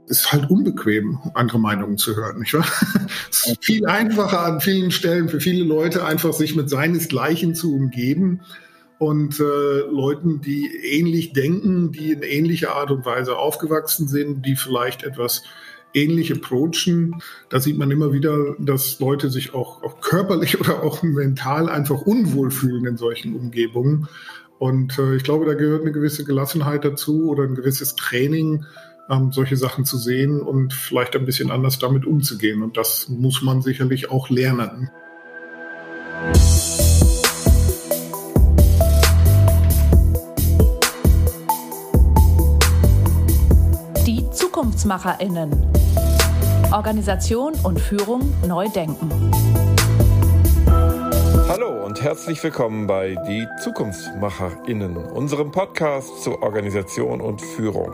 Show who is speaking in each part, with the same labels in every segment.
Speaker 1: ist halt unbequem, andere Meinungen zu hören, nicht wahr? Es ist viel einfacher an vielen Stellen für viele Leute, einfach sich mit seinesgleichen zu umgeben und Leuten, die ähnlich denken, die in ähnlicher Art und Weise aufgewachsen sind, die vielleicht etwas ähnlich approachen. Da sieht man immer wieder, dass Leute sich auch körperlich oder auch mental einfach unwohl fühlen in solchen Umgebungen. Und ich glaube, da gehört eine gewisse Gelassenheit dazu oder ein gewisses Training, solche Sachen zu sehen und vielleicht ein bisschen anders damit umzugehen. Und das muss man sicherlich auch lernen.
Speaker 2: Die ZukunftsmacherInnen. Organisation und Führung neu denken.
Speaker 3: Hallo und herzlich willkommen bei Die ZukunftsmacherInnen, unserem Podcast zur Organisation und Führung.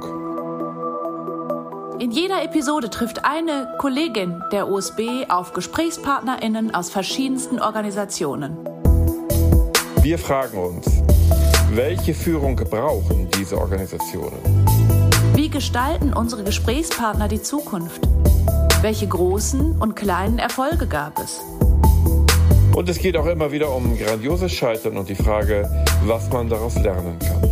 Speaker 2: In jeder Episode trifft eine Kollegin der OSB auf GesprächspartnerInnen aus verschiedensten Organisationen.
Speaker 3: Wir fragen uns, welche Führung brauchen diese Organisationen?
Speaker 2: Wie gestalten unsere Gesprächspartner die Zukunft? Welche großen und kleinen Erfolge gab es?
Speaker 3: Und es geht auch immer wieder um grandioses Scheitern und die Frage, was man daraus lernen kann.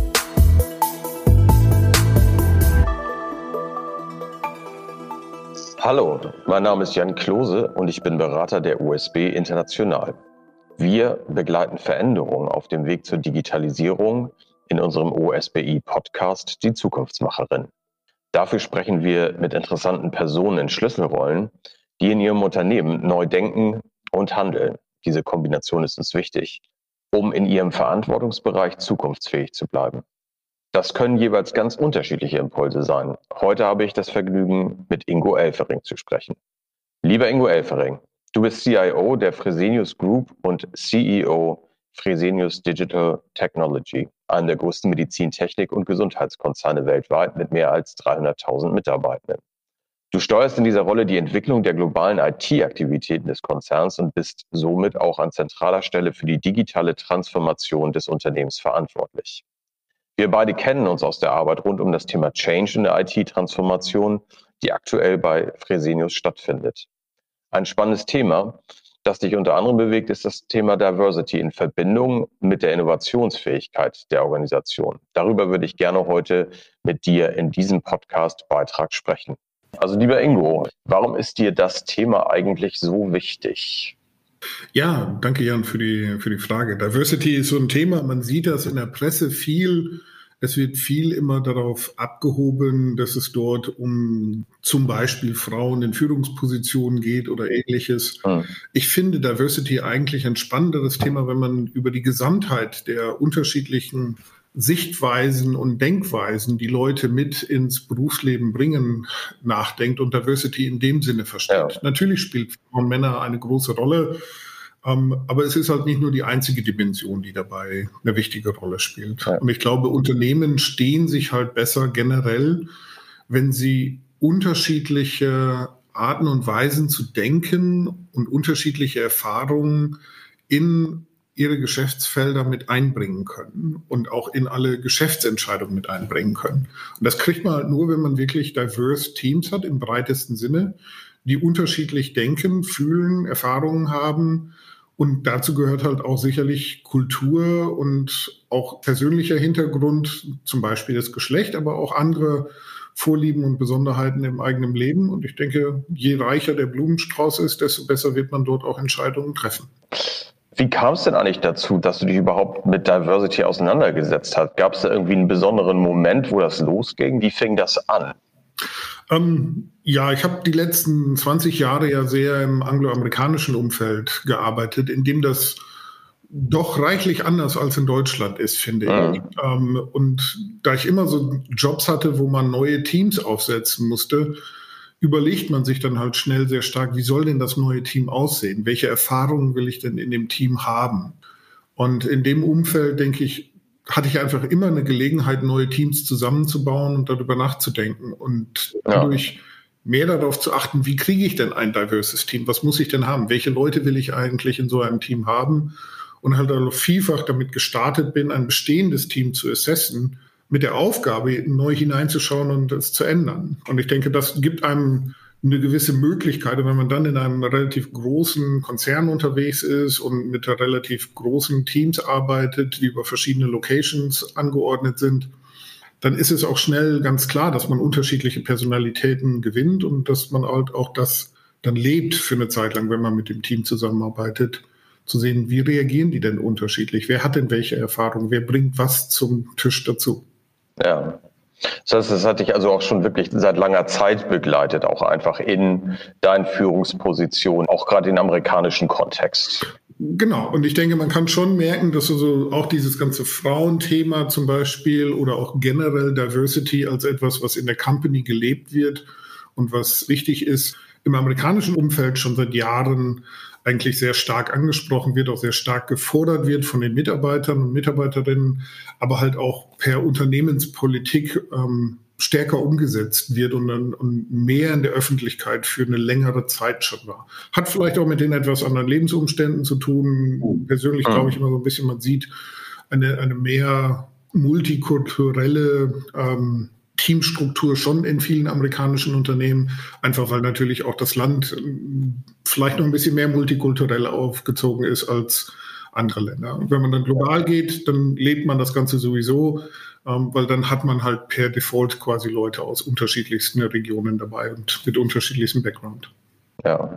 Speaker 4: Hallo, mein Name ist Jan Klose und ich bin Berater der OSB International. Wir begleiten Veränderungen auf dem Weg zur Digitalisierung in unserem OSBI-Podcast Die Zukunftsmacherin. Dafür sprechen wir mit interessanten Personen in Schlüsselrollen, die in ihrem Unternehmen neu denken und handeln. Diese Kombination ist uns wichtig, um in ihrem Verantwortungsbereich zukunftsfähig zu bleiben. Das können jeweils ganz unterschiedliche Impulse sein. Heute habe ich das Vergnügen, mit Ingo Elfering zu sprechen. Lieber Ingo Elfering, du bist CIO der Fresenius Group und CEO Fresenius Digital Technology, einem der größten Medizintechnik- und Gesundheitskonzerne weltweit mit mehr als 300.000 Mitarbeitenden. Du steuerst in dieser Rolle die Entwicklung der globalen IT-Aktivitäten des Konzerns und bist somit auch an zentraler Stelle für die digitale Transformation des Unternehmens verantwortlich. Wir beide kennen uns aus der Arbeit rund um das Thema Change in der IT-Transformation, die aktuell bei Fresenius stattfindet. Ein spannendes Thema, das dich unter anderem bewegt, ist das Thema Diversity in Verbindung mit der Innovationsfähigkeit der Organisation. Darüber würde ich gerne heute mit dir in diesem Podcast-Beitrag sprechen. Also lieber Ingo, warum ist dir das Thema eigentlich so wichtig?
Speaker 1: Ja, danke Jan für die Frage. Diversity ist so ein Thema, man sieht das in der Presse viel. Es wird viel immer darauf abgehoben, dass es dort um zum Beispiel Frauen in Führungspositionen geht oder ähnliches. Ich finde Diversity eigentlich ein spannenderes Thema, wenn man über die Gesamtheit der unterschiedlichen Sichtweisen und Denkweisen, die Leute mit ins Berufsleben bringen, nachdenkt und Diversity in dem Sinne versteht. Ja. Natürlich spielt Frauen und Männer eine große Rolle, aber es ist halt nicht nur die einzige Dimension, die dabei eine wichtige Rolle spielt. Ja. Und ich glaube, Unternehmen stehen sich halt besser generell, wenn sie unterschiedliche Arten und Weisen zu denken und unterschiedliche Erfahrungen in ihre Geschäftsfelder mit einbringen können und auch in alle Geschäftsentscheidungen mit einbringen können. Und das kriegt man halt nur, wenn man wirklich diverse Teams hat im breitesten Sinne, die unterschiedlich denken, fühlen, Erfahrungen haben. Und dazu gehört halt auch sicherlich Kultur und auch persönlicher Hintergrund, zum Beispiel das Geschlecht, aber auch andere Vorlieben und Besonderheiten im eigenen Leben. Und ich denke, je reicher der Blumenstrauß ist, desto besser wird man dort auch Entscheidungen treffen.
Speaker 4: Wie kam es denn eigentlich dazu, dass du dich überhaupt mit Diversity auseinandergesetzt hast? Gab es da irgendwie einen besonderen Moment, wo das losging? Wie fing das an?
Speaker 1: Ja, ich habe die letzten 20 Jahre ja sehr im angloamerikanischen Umfeld gearbeitet, in dem das doch reichlich anders als in Deutschland ist, finde ich. Und da ich immer so Jobs hatte, wo man neue Teams aufsetzen musste, überlegt man sich dann halt schnell sehr stark, wie soll denn das neue Team aussehen? Welche Erfahrungen will ich denn in dem Team haben? Und in dem Umfeld, denke ich, hatte ich einfach immer eine Gelegenheit, neue Teams zusammenzubauen und darüber nachzudenken und dadurch mehr darauf zu achten, wie kriege ich denn ein diverses Team? Was muss ich denn haben? Welche Leute will ich eigentlich in so einem Team haben? Und halt auch vielfach damit gestartet bin, ein bestehendes Team zu assessen. mit der Aufgabe, neu hineinzuschauen und es zu ändern. Und ich denke, das gibt einem eine gewisse Möglichkeit. Und wenn man dann in einem relativ großen Konzern unterwegs ist und mit relativ großen Teams arbeitet, die über verschiedene Locations angeordnet sind, dann ist es auch schnell ganz klar, dass man unterschiedliche Personalitäten gewinnt und dass man halt auch das dann lebt für eine Zeit lang, wenn man mit dem Team zusammenarbeitet, zu sehen, wie reagieren die denn unterschiedlich? Wer hat denn welche Erfahrung? Wer bringt was zum Tisch dazu?
Speaker 4: Ja. Das heißt, das hat dich also auch schon wirklich seit langer Zeit begleitet, auch einfach in deinen Führungspositionen, auch gerade im amerikanischen Kontext.
Speaker 1: Genau, und ich denke, man kann schon merken, dass also auch dieses ganze Frauenthema zum Beispiel oder auch generell Diversity als etwas, was in der Company gelebt wird und was wichtig ist, im amerikanischen Umfeld schon seit Jahren eigentlich sehr stark angesprochen wird, auch sehr stark gefordert wird von den Mitarbeitern und Mitarbeiterinnen, aber halt auch per Unternehmenspolitik stärker umgesetzt wird und mehr in der Öffentlichkeit für eine längere Zeit schon war. Hat vielleicht auch mit den etwas anderen Lebensumständen zu tun. Persönlich glaube ich immer so ein bisschen, man sieht eine mehr multikulturelle Teamstruktur schon in vielen amerikanischen Unternehmen, einfach weil natürlich auch das Land vielleicht noch ein bisschen mehr multikulturell aufgezogen ist als andere Länder. Und wenn man dann global geht, dann lebt man das Ganze sowieso, weil dann hat man halt per Default quasi Leute aus unterschiedlichsten Regionen dabei und mit unterschiedlichem Background.
Speaker 4: Ja.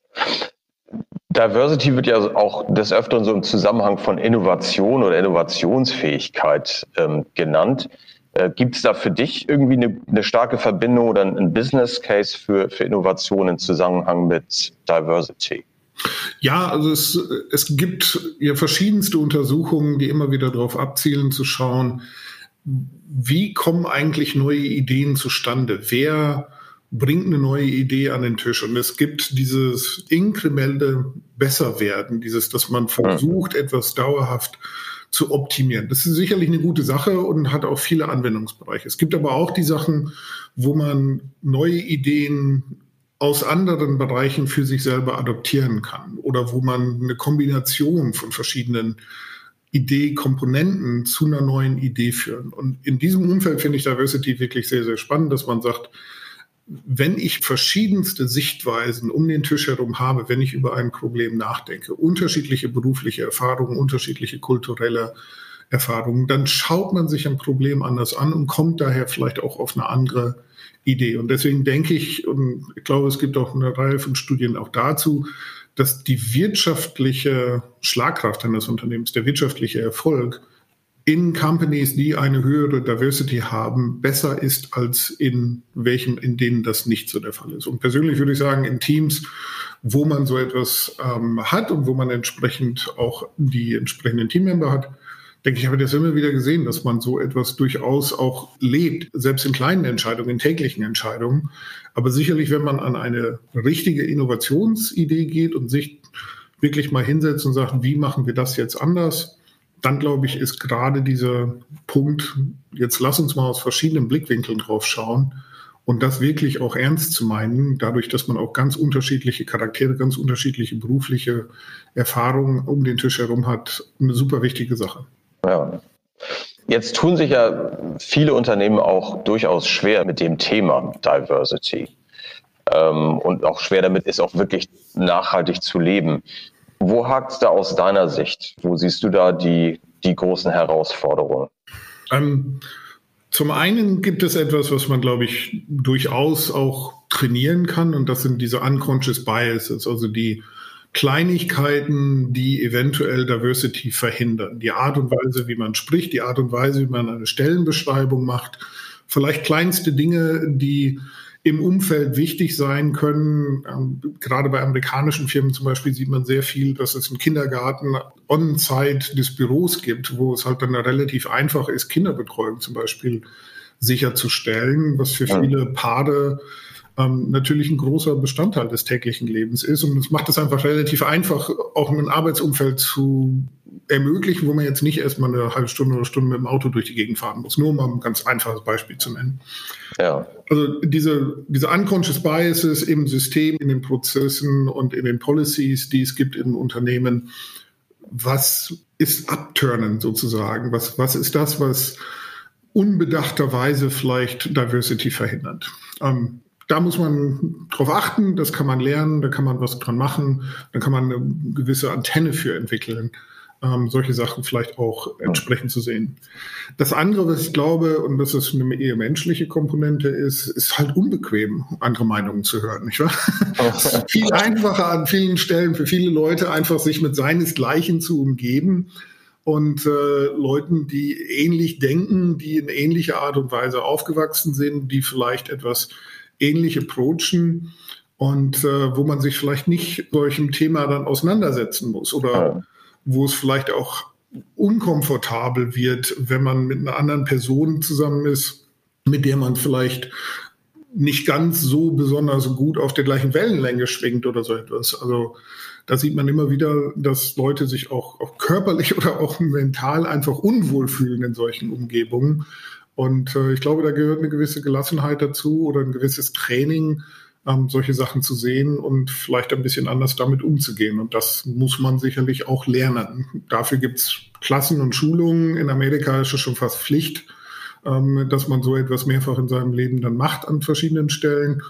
Speaker 4: Diversity wird ja auch des Öfteren so im Zusammenhang von Innovation oder Innovationsfähigkeit genannt. Gibt es da für dich irgendwie eine starke Verbindung oder einen Business Case für Innovation im Zusammenhang mit Diversity?
Speaker 1: Ja, also es gibt ja verschiedenste Untersuchungen, die immer wieder darauf abzielen, zu schauen, wie kommen eigentlich neue Ideen zustande? Wer bringt eine neue Idee an den Tisch? Und es gibt dieses inkrementelle Besserwerden, dass man versucht, etwas dauerhaft zu optimieren. Das ist sicherlich eine gute Sache und hat auch viele Anwendungsbereiche. Es gibt aber auch die Sachen, wo man neue Ideen aus anderen Bereichen für sich selber adoptieren kann oder wo man eine Kombination von verschiedenen Idee-Komponenten zu einer neuen Idee führen. Und in diesem Umfeld finde ich Diversity wirklich sehr, sehr spannend, dass man sagt, wenn ich verschiedenste Sichtweisen um den Tisch herum habe, wenn ich über ein Problem nachdenke, unterschiedliche berufliche Erfahrungen, unterschiedliche kulturelle Erfahrungen, dann schaut man sich ein Problem anders an und kommt daher vielleicht auch auf eine andere Idee. Und deswegen denke ich, und ich glaube, es gibt auch eine Reihe von Studien auch dazu, dass die wirtschaftliche Schlagkraft eines Unternehmens, der wirtschaftliche Erfolg in Companies, die eine höhere Diversity haben, besser ist als in denen das nicht so der Fall ist. Und persönlich würde ich sagen, in Teams, wo man so etwas hat und wo man entsprechend auch die entsprechenden Teammember hat, denke ich, habe das immer wieder gesehen, dass man so etwas durchaus auch lebt, selbst in kleinen Entscheidungen, in täglichen Entscheidungen. Aber sicherlich, wenn man an eine richtige Innovationsidee geht und sich wirklich mal hinsetzt und sagt, wie machen wir das jetzt anders, dann glaube ich, ist gerade dieser Punkt, jetzt lass uns mal aus verschiedenen Blickwinkeln drauf schauen und das wirklich auch ernst zu meinen, dadurch, dass man auch ganz unterschiedliche Charaktere, ganz unterschiedliche berufliche Erfahrungen um den Tisch herum hat, eine super wichtige Sache.
Speaker 4: Ja. Jetzt tun sich ja viele Unternehmen auch durchaus schwer mit dem Thema Diversity und auch schwer damit ist, auch wirklich nachhaltig zu leben. Wo hakt es da aus deiner Sicht? Wo siehst du da die großen Herausforderungen?
Speaker 1: Zum einen gibt es etwas, was man, glaube ich, durchaus auch trainieren kann, und das sind diese unconscious biases, also die Kleinigkeiten, die eventuell Diversity verhindern. Die Art und Weise, wie man spricht, die Art und Weise, wie man eine Stellenbeschreibung macht, vielleicht kleinste Dinge, die im Umfeld wichtig sein können. Gerade bei amerikanischen Firmen zum Beispiel sieht man sehr viel, dass es einen Kindergarten on-site des Büros gibt, wo es halt dann relativ einfach ist, Kinderbetreuung zum Beispiel sicherzustellen, was für viele Paare natürlich ein großer Bestandteil des täglichen Lebens ist. Und es macht es einfach relativ einfach, auch ein Arbeitsumfeld zu ermöglichen, wo man jetzt nicht erstmal eine halbe Stunde oder Stunde mit dem Auto durch die Gegend fahren muss. Nur um mal ein ganz einfaches Beispiel zu nennen. Ja. Also diese unconscious biases im System, in den Prozessen und in den Policies, die es gibt im Unternehmen, was ist Upturnen sozusagen? Was ist das, was unbedachterweise vielleicht Diversity verhindert. Da muss man drauf achten, das kann man lernen, da kann man was dran machen, da kann man eine gewisse Antenne für entwickeln, solche Sachen vielleicht auch entsprechend zu sehen. Das andere, was ich glaube, und das ist eine eher menschliche Komponente ist halt unbequem, andere Meinungen zu hören, nicht wahr? Es ist viel einfacher an vielen Stellen für viele Leute, einfach sich mit seinesgleichen zu umgeben und Leuten, die ähnlich denken, die in ähnlicher Art und Weise aufgewachsen sind, die vielleicht etwas ähnlich approachen und wo man sich vielleicht nicht solchem Thema dann auseinandersetzen muss oder wo es vielleicht auch unkomfortabel wird, wenn man mit einer anderen Person zusammen ist, mit der man vielleicht nicht ganz so besonders gut auf der gleichen Wellenlänge schwingt oder so etwas. Also da sieht man immer wieder, dass Leute sich auch körperlich oder auch mental einfach unwohl fühlen in solchen Umgebungen. Und ich glaube, da gehört eine gewisse Gelassenheit dazu oder ein gewisses Training, solche Sachen zu sehen und vielleicht ein bisschen anders damit umzugehen. Und das muss man sicherlich auch lernen. Dafür gibt's Klassen und Schulungen. In Amerika ist es schon fast Pflicht, dass man so etwas mehrfach in seinem Leben dann macht an verschiedenen Stellen.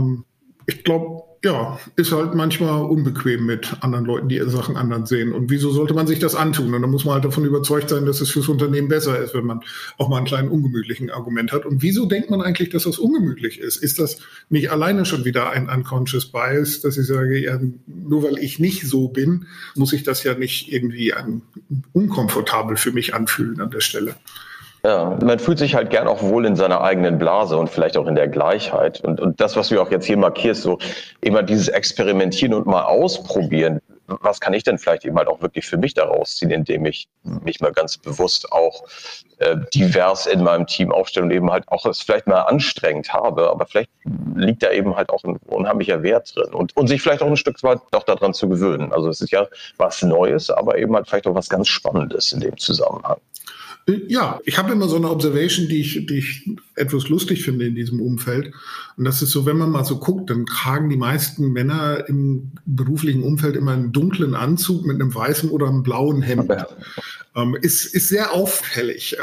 Speaker 1: Ich glaube, ja, ist halt manchmal unbequem mit anderen Leuten, die Sachen anders sehen. Und wieso sollte man sich das antun? Und dann muss man halt davon überzeugt sein, dass es fürs Unternehmen besser ist, wenn man auch mal einen kleinen ungemütlichen Argument hat. Und wieso denkt man eigentlich, dass das ungemütlich ist? Ist das nicht alleine schon wieder ein unconscious bias, dass ich sage, ja, nur weil ich nicht so bin, muss ich das ja nicht irgendwie unkomfortabel für mich anfühlen an der Stelle.
Speaker 4: Ja, man fühlt sich halt gern auch wohl in seiner eigenen Blase und vielleicht auch in der Gleichheit. Und das, was du auch jetzt hier markierst, so immer dieses Experimentieren und mal ausprobieren. Was kann ich denn vielleicht eben halt auch wirklich für mich daraus ziehen, indem ich mich mal ganz bewusst auch divers in meinem Team aufstelle und eben halt auch es vielleicht mal anstrengend habe, aber vielleicht liegt da eben halt auch ein unheimlicher Wert drin und sich vielleicht auch ein Stück weit auch daran zu gewöhnen. Also es ist ja was Neues, aber eben halt vielleicht auch was ganz Spannendes in dem Zusammenhang.
Speaker 1: Ja, ich habe immer so eine Observation, die ich etwas lustig finde in diesem Umfeld. Und das ist so, wenn man mal so guckt, dann tragen die meisten Männer im beruflichen Umfeld immer einen dunklen Anzug mit einem weißen oder einem blauen Hemd. Ist sehr auffällig.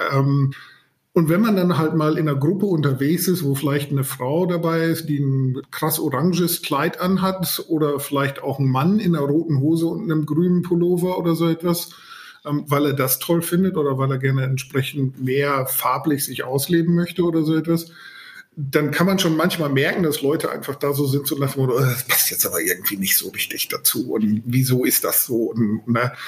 Speaker 1: Und wenn man dann halt mal in einer Gruppe unterwegs ist, wo vielleicht eine Frau dabei ist, die ein krass oranges Kleid anhat oder vielleicht auch ein Mann in einer roten Hose und einem grünen Pullover oder so etwas, weil er das toll findet oder weil er gerne entsprechend mehr farblich sich ausleben möchte oder so etwas, dann kann man schon manchmal merken, dass Leute einfach da so sind, so nach dem Motto, das passt jetzt aber irgendwie nicht so richtig dazu und wieso ist das so? Und,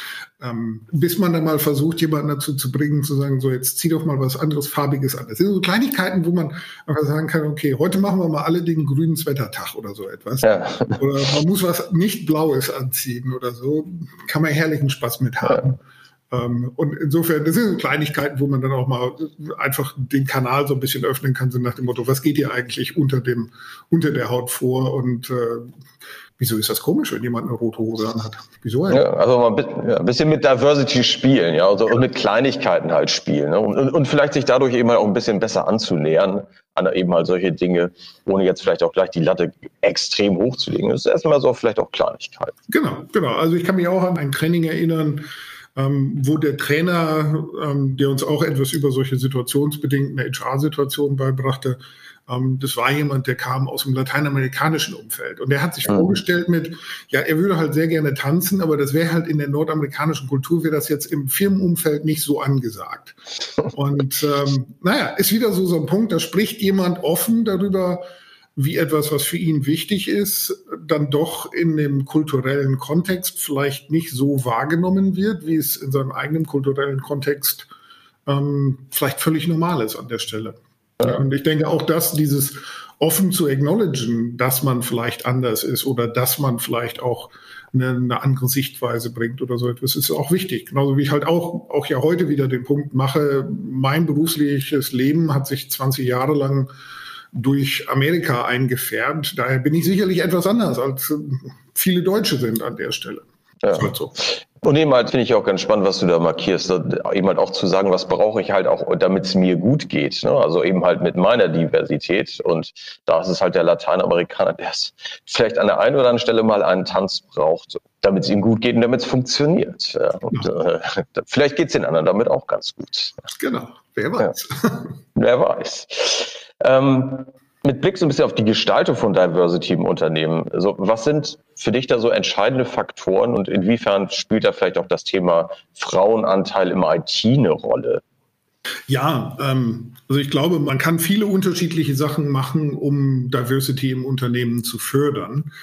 Speaker 1: bis man dann mal versucht, jemanden dazu zu bringen, zu sagen, so jetzt zieh doch mal was anderes Farbiges an. Das sind so Kleinigkeiten, wo man einfach sagen kann, okay, heute machen wir mal alle den grünen Sweatertag oder so etwas. Ja. Oder man muss was nicht Blaues anziehen oder so. Kann man herrlichen Spaß mit haben. Ja. Und insofern, das sind Kleinigkeiten, wo man dann auch mal einfach den Kanal so ein bisschen öffnen kann, so nach dem Motto, was geht hier eigentlich unter der Haut vor und wieso ist das komisch, wenn jemand eine rote Hose anhat? Wieso eigentlich?
Speaker 4: Ja, also mal ein bisschen mit Diversity spielen, ja, also und mit Kleinigkeiten halt spielen, ne? Und vielleicht sich dadurch eben halt auch ein bisschen besser anzunähern an eben halt solche Dinge, ohne jetzt vielleicht auch gleich die Latte extrem hochzulegen. Das ist erstmal so vielleicht auch Kleinigkeiten.
Speaker 1: Genau. Also ich kann mich auch an ein Training erinnern, wo der Trainer, der uns auch etwas über solche situationsbedingten HR-Situationen beibrachte, das war jemand, der kam aus dem lateinamerikanischen Umfeld. Und der hat sich vorgestellt mit, ja, er würde halt sehr gerne tanzen, aber das wäre halt in der nordamerikanischen Kultur, wäre das jetzt im Firmenumfeld nicht so angesagt. Und ist wieder so ein Punkt, da spricht jemand offen darüber, wie etwas, was für ihn wichtig ist, dann doch in dem kulturellen Kontext vielleicht nicht so wahrgenommen wird, wie es in seinem eigenen kulturellen Kontext vielleicht völlig normal ist an der Stelle. Ja. Und ich denke auch, dass dieses offen zu acknowledgen, dass man vielleicht anders ist oder dass man vielleicht auch eine andere Sichtweise bringt oder so etwas, ist auch wichtig. Genauso wie ich halt auch ja heute wieder den Punkt mache, mein berufliches Leben hat sich 20 Jahre lang durch Amerika eingefärbt. Daher bin ich sicherlich etwas anders, als viele Deutsche sind an der Stelle.
Speaker 4: Ja.
Speaker 1: So.
Speaker 4: Und eben halt finde ich auch ganz spannend, was du da markierst, eben halt auch zu sagen, was brauche ich halt auch, damit es mir gut geht. Ne? Also eben halt mit meiner Diversität. Und da ist es halt der Lateinamerikaner, der es vielleicht an der einen oder anderen Stelle mal einen Tanz braucht, damit es ihm gut geht und damit es funktioniert. Ja. Und vielleicht geht es den anderen damit auch ganz gut.
Speaker 1: Genau, wer weiß.
Speaker 4: Ja. Wer weiß. Mit Blick so ein bisschen auf die Gestaltung von Diversity im Unternehmen, also was sind für dich da so entscheidende Faktoren und inwiefern spielt da vielleicht auch das Thema Frauenanteil im IT eine Rolle?
Speaker 1: Ja, also ich glaube, man kann viele unterschiedliche Sachen machen, um Diversity im Unternehmen zu fördern.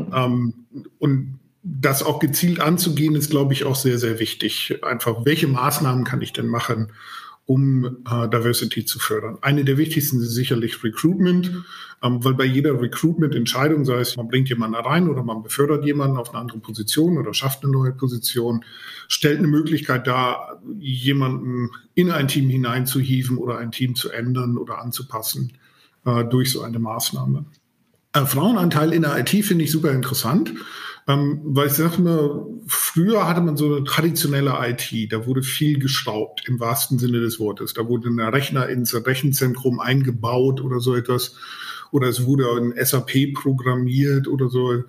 Speaker 1: Und das auch gezielt anzugehen, ist, glaube ich, auch sehr, sehr wichtig. Einfach, welche Maßnahmen kann ich denn machen, um Diversity zu fördern? Eine der wichtigsten ist sicherlich Recruitment, weil bei jeder Recruitment-Entscheidung, sei es, man bringt jemanden rein oder man befördert jemanden auf eine andere Position oder schafft eine neue Position, stellt eine Möglichkeit dar, jemanden in ein Team hineinzuhieven oder ein Team zu ändern oder anzupassen durch so eine Maßnahme. Frauenanteil in der IT finde ich super interessant. Weil ich sag mal, früher hatte man so eine traditionelle IT, da wurde viel geschraubt, im wahrsten Sinne des Wortes. Da wurde ein Rechner ins Rechenzentrum eingebaut oder so etwas. Oder es wurde ein SAP programmiert oder so.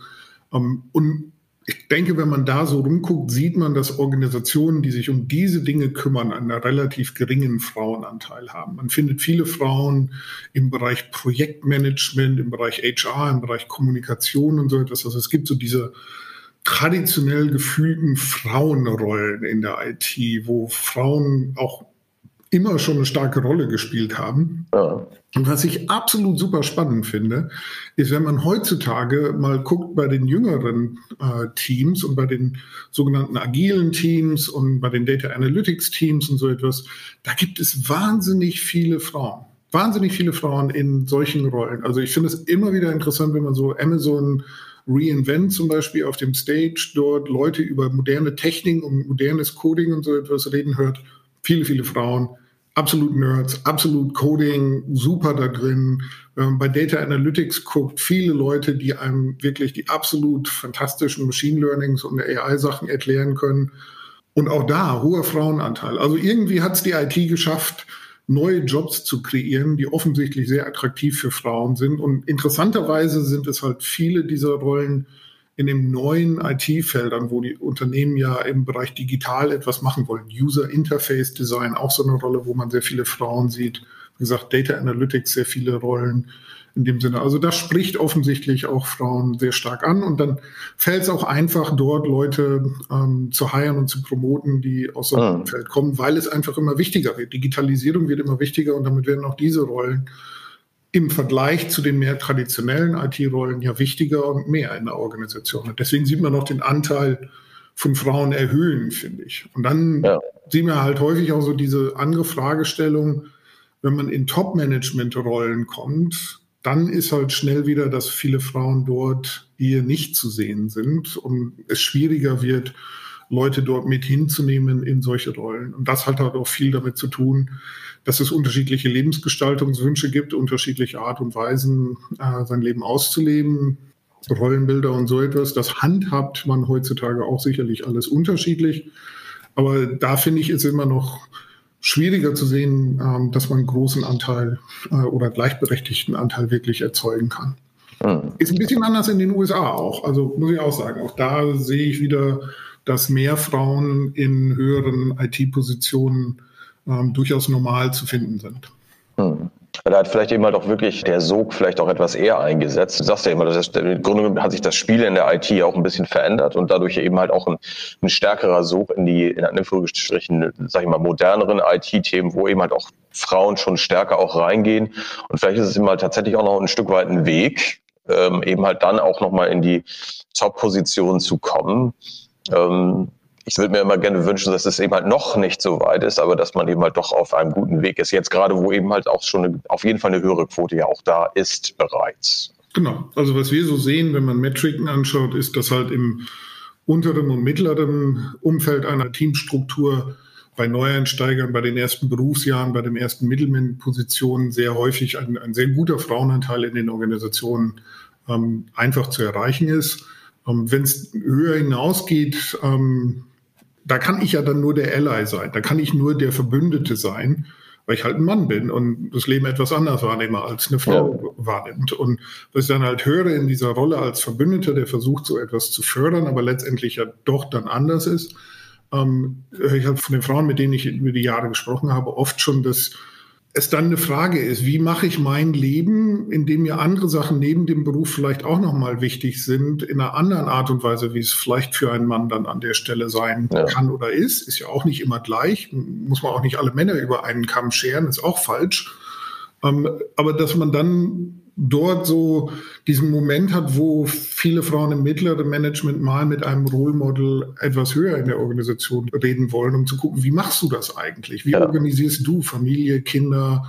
Speaker 1: Und ich denke, wenn man da so rumguckt, sieht man, dass Organisationen, die sich um diese Dinge kümmern, einen relativ geringen Frauenanteil haben. Man findet viele Frauen im Bereich Projektmanagement, im Bereich HR, im Bereich Kommunikation und so etwas. Also es gibt so diese traditionell gefühlten Frauenrollen in der IT, wo Frauen auch immer schon eine starke Rolle gespielt haben. Ja. Und was ich absolut super spannend finde, ist, wenn man heutzutage mal guckt bei den jüngeren Teams und bei den sogenannten agilen Teams und bei den Data Analytics Teams und so etwas, da gibt es wahnsinnig viele Frauen. Wahnsinnig viele Frauen in solchen Rollen. Also ich finde es immer wieder interessant, wenn man so Amazon reInvent zum Beispiel auf dem Stage dort Leute über moderne Technik und modernes Coding und so etwas reden hört. Viele, viele Frauen. Absolut Nerds, absolut Coding, super da drin. Bei Data Analytics guckt, viele Leute, die einem wirklich die absolut fantastischen Machine Learnings und AI-Sachen erklären können. Und auch da, hoher Frauenanteil. Also irgendwie hat es die IT geschafft, neue Jobs zu kreieren, die offensichtlich sehr attraktiv für Frauen sind. Und interessanterweise sind es halt viele dieser Rollen in den neuen IT-Feldern, wo die Unternehmen ja im Bereich digital etwas machen wollen. User Interface Design, auch so eine Rolle, wo man sehr viele Frauen sieht. Wie gesagt, Data Analytics, sehr viele Rollen in dem Sinne. Also das spricht offensichtlich auch Frauen sehr stark an. Und dann fällt es auch einfach, dort Leute zu hiren und zu promoten, die aus so einem Feld kommen, weil es einfach immer wichtiger wird. Digitalisierung wird immer wichtiger und damit werden auch diese Rollen im Vergleich zu den mehr traditionellen IT-Rollen ja wichtiger und mehr in der Organisation. Und deswegen sieht man auch den Anteil von Frauen erhöhen, finde ich. Und dann sieht man halt häufig auch so diese andere Fragestellung, wenn man in Top-Management-Rollen kommt, dann ist halt schnell wieder, dass viele Frauen dort eher nicht zu sehen sind und es schwieriger wird, Leute dort mit hinzunehmen in solche Rollen. Und das hat halt auch viel damit zu tun, dass es unterschiedliche Lebensgestaltungswünsche gibt, unterschiedliche Art und Weisen, sein Leben auszuleben, Rollenbilder und so etwas. Das handhabt man heutzutage auch sicherlich alles unterschiedlich. Aber da finde ich, ist immer noch schwieriger zu sehen, dass man einen großen Anteil oder gleichberechtigten Anteil wirklich erzeugen kann. Ist ein bisschen anders in den USA auch. Also muss ich auch sagen, auch da sehe ich wieder, dass mehr Frauen in höheren IT-Positionen durchaus normal zu finden sind.
Speaker 4: Da hat vielleicht eben halt auch wirklich der Sog vielleicht auch etwas eher eingesetzt. Du sagst ja immer, im Grunde genommen hat sich das Spiel in der IT auch ein bisschen verändert und dadurch eben halt auch ein stärkerer Sog in die, in Anführungsstrichen, sag ich mal, moderneren IT-Themen, wo eben halt auch Frauen schon stärker auch reingehen. Und vielleicht ist es eben halt tatsächlich auch noch ein Stück weit ein Weg, eben halt dann auch nochmal in die Top-Position zu kommen. Ich würde mir immer gerne wünschen, dass es eben halt noch nicht so weit ist, aber dass man eben halt doch auf einem guten Weg ist. Jetzt gerade, wo eben halt auch schon auf jeden Fall eine höhere Quote ja auch da ist bereits.
Speaker 1: Genau. Also was wir so sehen, wenn man Metriken anschaut, ist, dass halt im unteren und mittleren Umfeld einer Teamstruktur bei Neueinsteigern, bei den ersten Berufsjahren, bei den ersten Mittelmann-Positionen sehr häufig ein sehr guter Frauenanteil in den Organisationen einfach zu erreichen ist. Wenn es höher hinausgeht, da kann ich ja dann nur der Ally sein, da kann ich nur der Verbündete sein, weil ich halt ein Mann bin und das Leben etwas anders wahrnehme, als eine Frau wahrnimmt. Und was ich dann halt höre in dieser Rolle als Verbündeter, der versucht, so etwas zu fördern, aber letztendlich ja doch dann anders ist, höre ich halt von den Frauen, mit denen ich über die Jahre gesprochen habe, oft schon, dass es dann eine Frage ist, wie mache ich mein Leben, in dem mir andere Sachen neben dem Beruf vielleicht auch nochmal wichtig sind, in einer anderen Art und Weise, wie es vielleicht für einen Mann dann an der Stelle sein kann oder ist ja auch nicht immer gleich, muss man auch nicht alle Männer über einen Kamm scheren, ist auch falsch. Aber dass man dann dort so diesen Moment hat, wo viele Frauen im mittleren Management mal mit einem Role Model etwas höher in der Organisation reden wollen, um zu gucken, wie machst du das eigentlich? Wie organisierst du Familie, Kinder,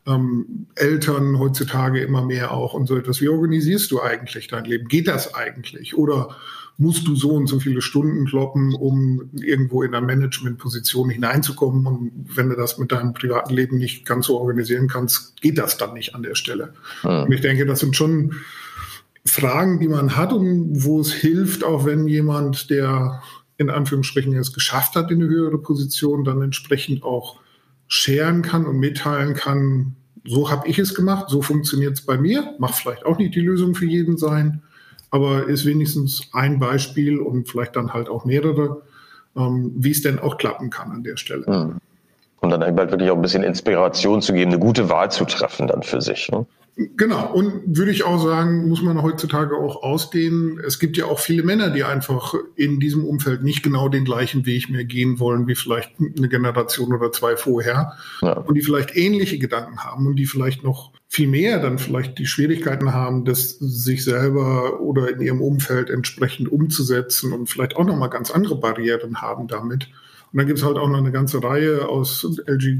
Speaker 1: Eltern heutzutage immer mehr auch und so etwas? Wie organisierst du eigentlich dein Leben? Geht das eigentlich? Oder musst du so und so viele Stunden kloppen, um irgendwo in eine Managementposition hineinzukommen? Und wenn du das mit deinem privaten Leben nicht ganz so organisieren kannst, geht das dann nicht an der Stelle. Und ich denke, das sind schon Fragen, die man hat und wo es hilft, auch wenn jemand, der in Anführungsstrichen es geschafft hat in eine höhere Position, dann entsprechend auch scheren kann und mitteilen kann, so habe ich es gemacht, so funktioniert es bei mir, macht vielleicht auch nicht die Lösung für jeden sein, aber ist wenigstens ein Beispiel und vielleicht dann halt auch mehrere, wie es denn auch klappen kann an der Stelle.
Speaker 4: Und dann halt wirklich auch ein bisschen Inspiration zu geben, eine gute Wahl zu treffen dann für sich. Ne?
Speaker 1: Genau, und würde ich auch sagen, muss man heutzutage auch ausdehnen. Es gibt ja auch viele Männer, die einfach in diesem Umfeld nicht genau den gleichen Weg mehr gehen wollen, wie vielleicht eine Generation oder zwei vorher. Ja. Und die vielleicht ähnliche Gedanken haben und die vielleicht noch viel mehr dann vielleicht die Schwierigkeiten haben, das sich selber oder in ihrem Umfeld entsprechend umzusetzen und vielleicht auch nochmal ganz andere Barrieren haben damit. Und dann gibt es halt auch noch eine ganze Reihe aus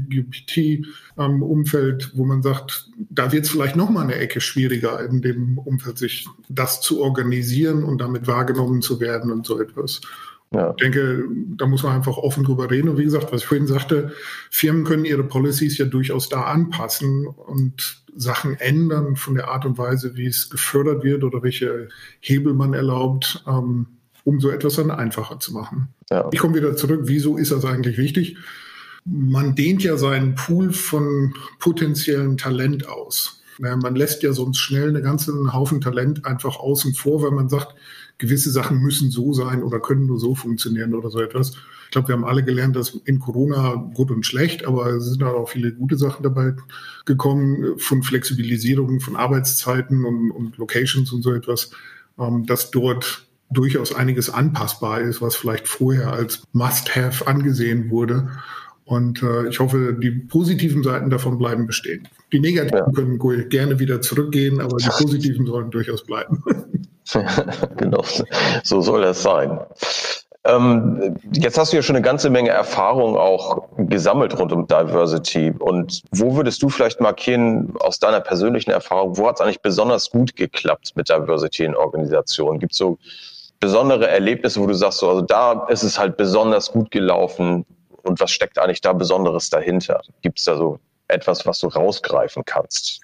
Speaker 1: LGBT-Umfeld, wo man sagt, da wird es vielleicht noch mal eine Ecke schwieriger, in dem Umfeld sich das zu organisieren und damit wahrgenommen zu werden und so etwas. Ja. Ich denke, da muss man einfach offen drüber reden. Und wie gesagt, was ich vorhin sagte, Firmen können ihre Policies ja durchaus da anpassen und Sachen ändern von der Art und Weise, wie es gefördert wird oder welche Hebel man erlaubt, um so etwas dann einfacher zu machen. Ja. Ich komme wieder zurück, wieso ist das eigentlich wichtig? Man dehnt ja seinen Pool von potenziellem Talent aus. Man lässt ja sonst schnell einen ganzen Haufen Talent einfach außen vor, weil man sagt, gewisse Sachen müssen so sein oder können nur so funktionieren oder so etwas. Ich glaube, wir haben alle gelernt, dass in Corona gut und schlecht, aber es sind auch viele gute Sachen dabei gekommen, von Flexibilisierung von Arbeitszeiten und Locations und so etwas, dass dort durchaus einiges anpassbar ist, was vielleicht vorher als Must-Have angesehen wurde. Und ich hoffe, die positiven Seiten davon bleiben bestehen. Die negativen können gerne wieder zurückgehen, aber die positiven sollen durchaus bleiben.
Speaker 4: Genau, so soll das sein. Jetzt hast du ja schon eine ganze Menge Erfahrung auch gesammelt rund um Diversity. Und wo würdest du vielleicht markieren, aus deiner persönlichen Erfahrung, wo hat es eigentlich besonders gut geklappt mit Diversity in Organisationen? Gibt es so besondere Erlebnisse, wo du sagst, so, also da ist es halt besonders gut gelaufen und was steckt eigentlich da Besonderes dahinter? Gibt es da so etwas, was du rausgreifen kannst?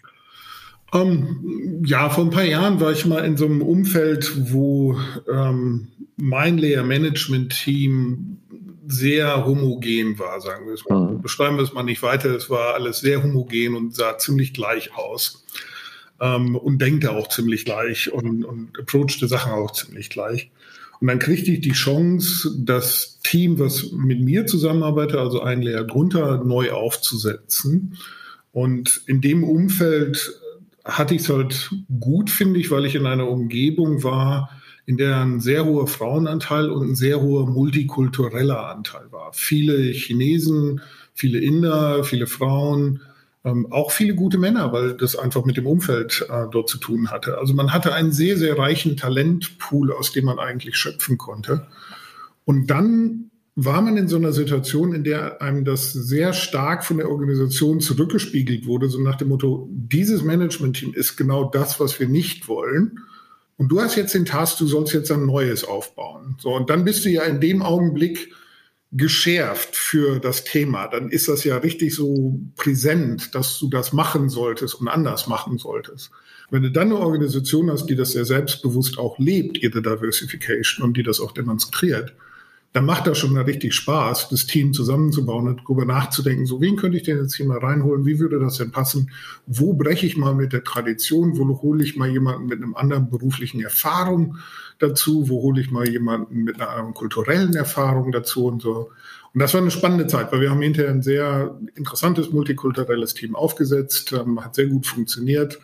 Speaker 1: Ja, vor ein paar Jahren war ich mal in so einem Umfeld, wo mein Lehr-Management-Team sehr homogen war, sagen wir es mal. Beschreiben wir es mal nicht weiter. Es war alles sehr homogen und sah ziemlich gleich aus. Und denkte auch ziemlich gleich und approachte Sachen auch ziemlich gleich. Und dann kriegte ich die Chance, das Team, was mit mir zusammenarbeitet, also ein Layer drunter, neu aufzusetzen. Und in dem Umfeld hatte ich es halt gut, finde ich, weil ich in einer Umgebung war, in der ein sehr hoher Frauenanteil und ein sehr hoher multikultureller Anteil war. Viele Chinesen, viele Inder, viele Frauen, auch viele gute Männer, weil das einfach mit dem Umfeld dort zu tun hatte. Also man hatte einen sehr, sehr reichen Talentpool, aus dem man eigentlich schöpfen konnte. Und dann war man in so einer Situation, in der einem das sehr stark von der Organisation zurückgespiegelt wurde, so nach dem Motto, dieses Management-Team ist genau das, was wir nicht wollen. Und du hast jetzt den Task, du sollst jetzt ein neues aufbauen. So, und dann bist du ja in dem Augenblick geschärft für das Thema, dann ist das ja richtig so präsent, dass du das machen solltest und anders machen solltest. Wenn du dann eine Organisation hast, die das sehr selbstbewusst auch lebt, ihre Diversification, und die das auch demonstriert, dann macht das schon richtig Spaß, das Team zusammenzubauen und darüber nachzudenken, so wen könnte ich denn jetzt hier mal reinholen, wie würde das denn passen, wo breche ich mal mit der Tradition, wo hole ich mal jemanden mit einem anderen beruflichen Erfahrung dazu, wo hole ich mal jemanden mit einer anderen kulturellen Erfahrung dazu und so. Und das war eine spannende Zeit, weil wir haben hinterher ein sehr interessantes multikulturelles Team aufgesetzt, hat sehr gut funktioniert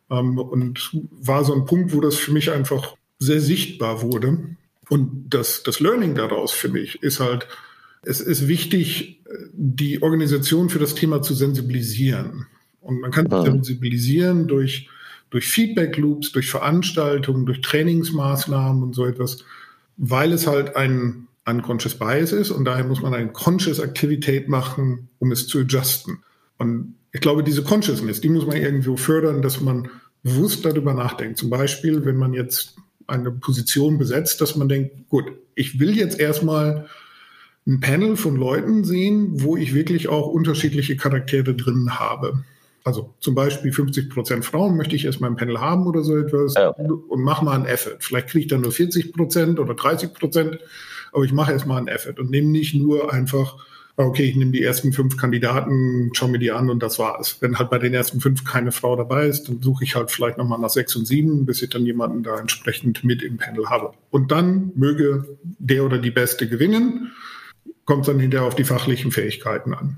Speaker 1: und war so ein Punkt, wo das für mich einfach sehr sichtbar wurde. Und das Learning daraus für mich ist halt, es ist wichtig, die Organisation für das Thema zu sensibilisieren. Und man kann sensibilisieren durch Feedback-Loops, durch Veranstaltungen, durch Trainingsmaßnahmen und so etwas, weil es halt ein unconscious bias ist und daher muss man eine conscious Aktivität machen, um es zu adjusten. Und ich glaube, diese Consciousness, die muss man irgendwo fördern, dass man bewusst darüber nachdenkt. Zum Beispiel, wenn man jetzt eine Position besetzt, dass man denkt, gut, ich will jetzt erstmal ein Panel von Leuten sehen, wo ich wirklich auch unterschiedliche Charaktere drin habe. Also zum Beispiel 50% Frauen möchte ich erstmal im Panel haben oder so etwas und mach mal einen Effort. Vielleicht kriege ich dann nur 40% oder 30%, aber ich mache erstmal einen Effort und nehme nicht nur einfach, okay, ich nehme die ersten 5 Kandidaten, schaue mir die an und das war's. Wenn halt bei den ersten 5 keine Frau dabei ist, dann suche ich halt vielleicht nochmal nach 6 und 7, bis ich dann jemanden da entsprechend mit im Panel habe. Und dann möge der oder die Beste gewinnen, kommt dann hinterher auf die fachlichen Fähigkeiten an.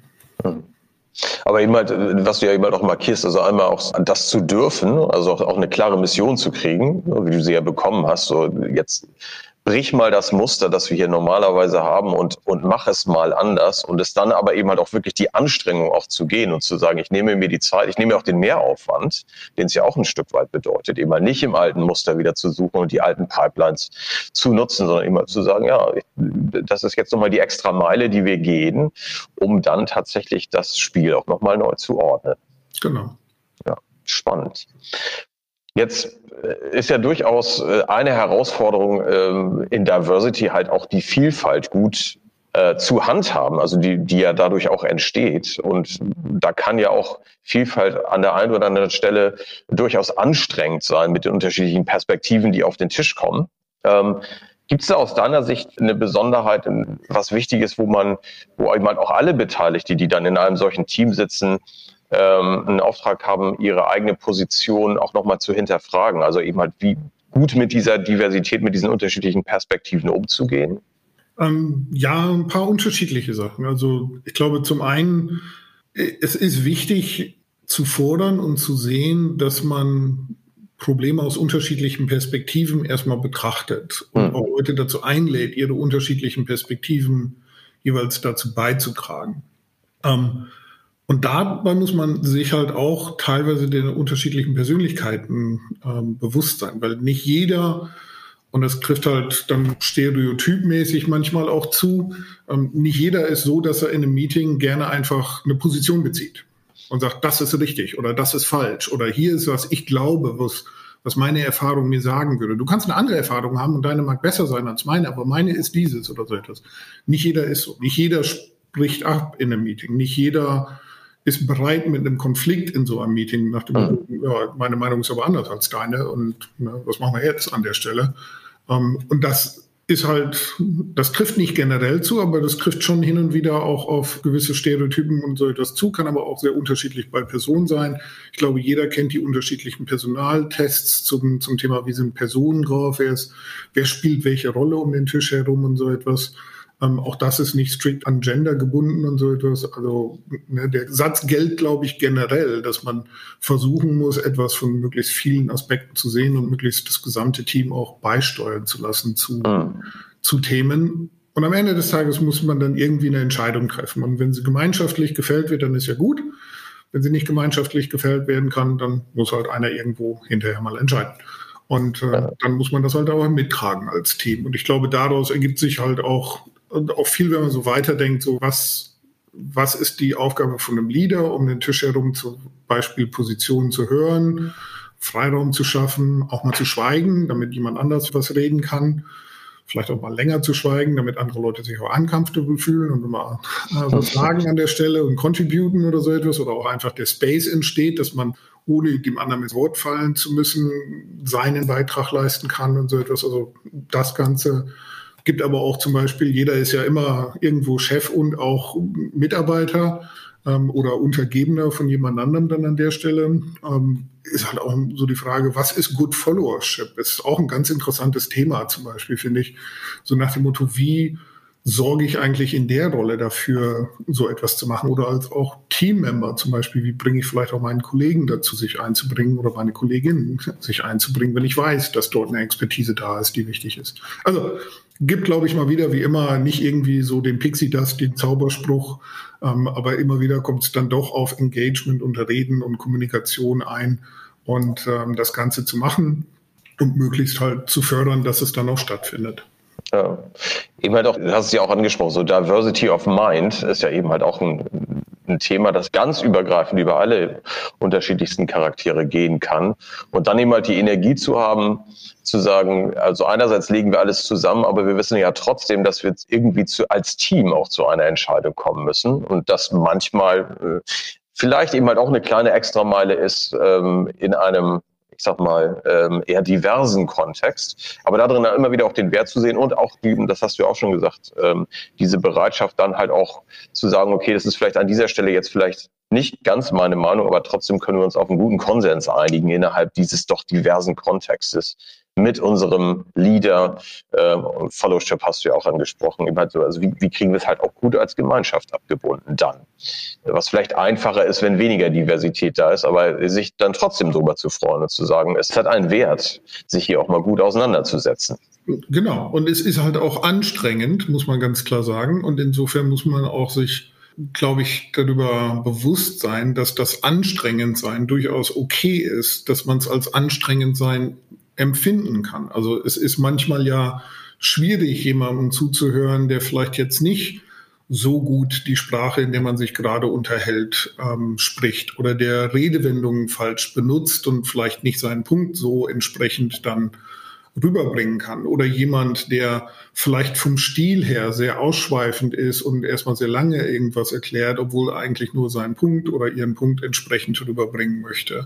Speaker 4: Aber eben halt, was du ja eben halt auch markierst, also einmal auch das zu dürfen, also auch eine klare Mission zu kriegen, wie du sie ja bekommen hast, so jetzt brich mal das Muster, das wir hier normalerweise haben und mach es mal anders und es dann aber eben halt auch wirklich die Anstrengung auch zu gehen und zu sagen, ich nehme mir die Zeit, ich nehme mir auch den Mehraufwand, den es ja auch ein Stück weit bedeutet, eben mal nicht im alten Muster wieder zu suchen und die alten Pipelines zu nutzen, sondern immer zu sagen, ja, das ist jetzt nochmal die extra Meile, die wir gehen, um dann tatsächlich das Spiel auch nochmal neu zu ordnen.
Speaker 1: Genau.
Speaker 4: Ja, spannend. Jetzt ist ja durchaus eine Herausforderung in Diversity halt auch die Vielfalt gut zu handhaben, also die ja dadurch auch entsteht. Und da kann ja auch Vielfalt an der einen oder anderen Stelle durchaus anstrengend sein mit den unterschiedlichen Perspektiven, die auf den Tisch kommen. Gibt es da aus deiner Sicht eine Besonderheit, was wichtig ist, wo eben auch alle Beteiligten, die dann in einem solchen Team sitzen, einen Auftrag haben, ihre eigene Position auch nochmal zu hinterfragen. Also eben halt, wie gut mit dieser Diversität, mit diesen unterschiedlichen Perspektiven umzugehen?
Speaker 1: Ja, ein paar unterschiedliche Sachen. Also ich glaube, zum einen, es ist wichtig zu fordern und zu sehen, dass man Probleme aus unterschiedlichen Perspektiven erstmal betrachtet und auch Leute dazu einlädt, ihre unterschiedlichen Perspektiven jeweils dazu beizutragen. Und dabei muss man sich halt auch teilweise den unterschiedlichen Persönlichkeiten bewusst sein, weil nicht jeder, und das trifft halt dann stereotypmäßig manchmal auch zu, nicht jeder ist so, dass er in einem Meeting gerne einfach eine Position bezieht und sagt, das ist richtig oder das ist falsch oder hier ist, was ich glaube, was meine Erfahrung mir sagen würde. Du kannst eine andere Erfahrung haben und deine mag besser sein als meine, aber meine ist dieses oder so etwas. Nicht jeder ist so. Nicht jeder spricht ab in einem Meeting. Nicht jeder ist bereit mit einem Konflikt in so einem Meeting nach dem ja, meine Meinung ist aber anders als deine und was machen wir jetzt an der Stelle? Und das ist halt, das trifft nicht generell zu, aber das trifft schon hin und wieder auch auf gewisse Stereotypen und so etwas zu, kann aber auch sehr unterschiedlich bei Personen sein. Ich glaube, jeder kennt die unterschiedlichen Personaltests zum Thema, wie sind Personen drauf, wer spielt welche Rolle um den Tisch herum und so etwas. Auch das ist nicht strikt an Gender gebunden und so etwas. Also der Satz gilt, glaube ich, generell, dass man versuchen muss, etwas von möglichst vielen Aspekten zu sehen und möglichst das gesamte Team auch beisteuern zu lassen zu Themen. Und am Ende des Tages muss man dann irgendwie eine Entscheidung treffen. Und wenn sie gemeinschaftlich gefällt wird, dann ist ja gut. Wenn sie nicht gemeinschaftlich gefällt werden kann, dann muss halt einer irgendwo hinterher mal entscheiden. Und dann muss man das halt auch mittragen als Team. Und ich glaube, daraus ergibt sich halt auch viel, wenn man so weiterdenkt, so was ist die Aufgabe von einem Leader, um den Tisch herum zum Beispiel Positionen zu hören, Freiraum zu schaffen, auch mal zu schweigen, damit jemand anders was reden kann, vielleicht auch mal länger zu schweigen, damit andere Leute sich auch uncomfortable fühlen und mal was sagen an der Stelle und contributen oder so etwas oder auch einfach der Space entsteht, dass man ohne dem anderen ins Wort fallen zu müssen, seinen Beitrag leisten kann und so etwas. Also das Ganze Gibt aber auch zum Beispiel, jeder ist ja immer irgendwo Chef und auch Mitarbeiter oder Untergebener von jemand anderem dann an der Stelle. Ist halt auch so die Frage, was ist Good Followership? Das ist auch ein ganz interessantes Thema zum Beispiel, finde ich. So nach dem Motto, wie sorge ich eigentlich in der Rolle dafür, so etwas zu machen? Oder als auch Teammember zum Beispiel, wie bringe ich vielleicht auch meinen Kollegen dazu, sich einzubringen oder meine Kolleginnen sich einzubringen, wenn ich weiß, dass dort eine Expertise da ist, die wichtig ist. Also gibt, glaube ich, mal wieder, wie immer, nicht irgendwie so den Pixie Dust, den Zauberspruch, aber immer wieder kommt es dann doch auf Engagement und Reden und Kommunikation ein und das Ganze zu machen und möglichst halt zu fördern, dass es dann auch stattfindet.
Speaker 4: Ja. Eben halt auch, du hast es ja auch angesprochen, so Diversity of Mind ist ja eben halt auch ein Thema, das ganz übergreifend über alle unterschiedlichsten Charaktere gehen kann. Und dann eben halt die Energie zu haben, zu sagen, also einerseits legen wir alles zusammen, aber wir wissen ja trotzdem, dass wir irgendwie als Team auch zu einer Entscheidung kommen müssen und dass manchmal vielleicht eben halt auch eine kleine Extrameile ist in einem, ich sag mal, eher diversen Kontext, aber darin dann immer wieder auch den Wert zu sehen und auch, das hast du ja auch schon gesagt, diese Bereitschaft dann halt auch zu sagen, okay, das ist vielleicht an dieser Stelle jetzt vielleicht nicht ganz meine Meinung, aber trotzdem können wir uns auf einen guten Konsens einigen innerhalb dieses doch diversen Kontextes mit unserem Leader. Fellowship hast du ja auch angesprochen. Also wie kriegen wir es halt auch gut als Gemeinschaft abgebunden dann? Was vielleicht einfacher ist, wenn weniger Diversität da ist, aber sich dann trotzdem drüber zu freuen und zu sagen, es hat einen Wert, sich hier auch mal gut auseinanderzusetzen.
Speaker 1: Genau. Und es ist halt auch anstrengend, muss man ganz klar sagen. Und insofern muss man auch sich, glaube ich, darüber bewusst sein, dass das Anstrengendsein durchaus okay ist, dass man es als Anstrengendsein empfinden kann. Also es ist manchmal ja schwierig, jemandem zuzuhören, der vielleicht jetzt nicht so gut die Sprache, in der man sich gerade unterhält, spricht oder der Redewendungen falsch benutzt und vielleicht nicht seinen Punkt so entsprechend dann rüberbringen kann. Oder jemand, der vielleicht vom Stil her sehr ausschweifend ist und erstmal sehr lange irgendwas erklärt, obwohl er eigentlich nur seinen Punkt oder ihren Punkt entsprechend rüberbringen möchte.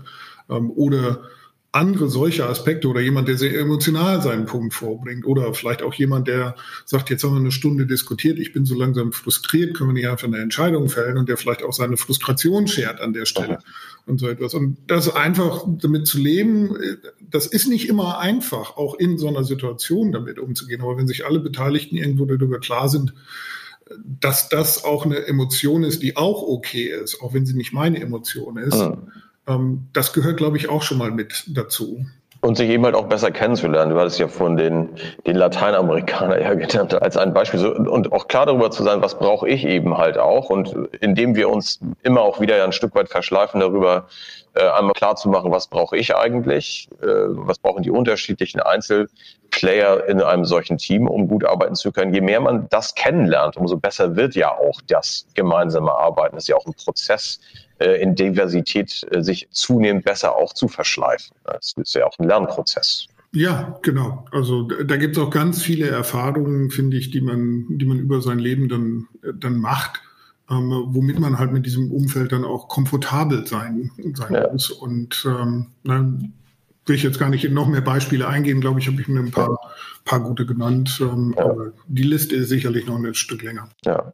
Speaker 1: Oder andere solche Aspekte oder jemand, der sehr emotional seinen Punkt vorbringt oder vielleicht auch jemand, der sagt, jetzt haben wir eine Stunde diskutiert, ich bin so langsam frustriert, können wir nicht einfach eine Entscheidung fällen und der vielleicht auch seine Frustration schert an der Stelle und so etwas. Und das einfach damit zu leben, das ist nicht immer einfach, auch in so einer Situation damit umzugehen. Aber wenn sich alle Beteiligten irgendwo darüber klar sind, dass das auch eine Emotion ist, die auch okay ist, auch wenn sie nicht meine Emotion ist, das gehört, glaube ich, auch schon mal mit dazu.
Speaker 4: Und sich eben halt auch besser kennenzulernen. Du hattest ja von den Lateinamerikanern ja genannt als ein Beispiel. Und auch klar darüber zu sein, was brauche ich eben halt auch. Und indem wir uns immer auch wieder ein Stück weit verschleifen darüber, einmal klar zu machen, was brauche ich eigentlich, was brauchen die unterschiedlichen Einzelplayer in einem solchen Team, um gut arbeiten zu können. Je mehr man das kennenlernt, umso besser wird ja auch das gemeinsame Arbeiten. Das ist ja auch ein Prozess, in Diversität sich zunehmend besser auch zu verschleifen. Das ist ja auch ein Lernprozess.
Speaker 1: Ja, genau. Also da gibt es auch ganz viele Erfahrungen, finde ich, die man über sein Leben dann macht, womit man halt mit diesem Umfeld dann auch komfortabel sein muss. Und will ich jetzt gar nicht in noch mehr Beispiele eingehen, glaube ich, habe ich mir ein paar gute genannt. Aber die Liste ist sicherlich noch ein Stück länger.
Speaker 4: Ja.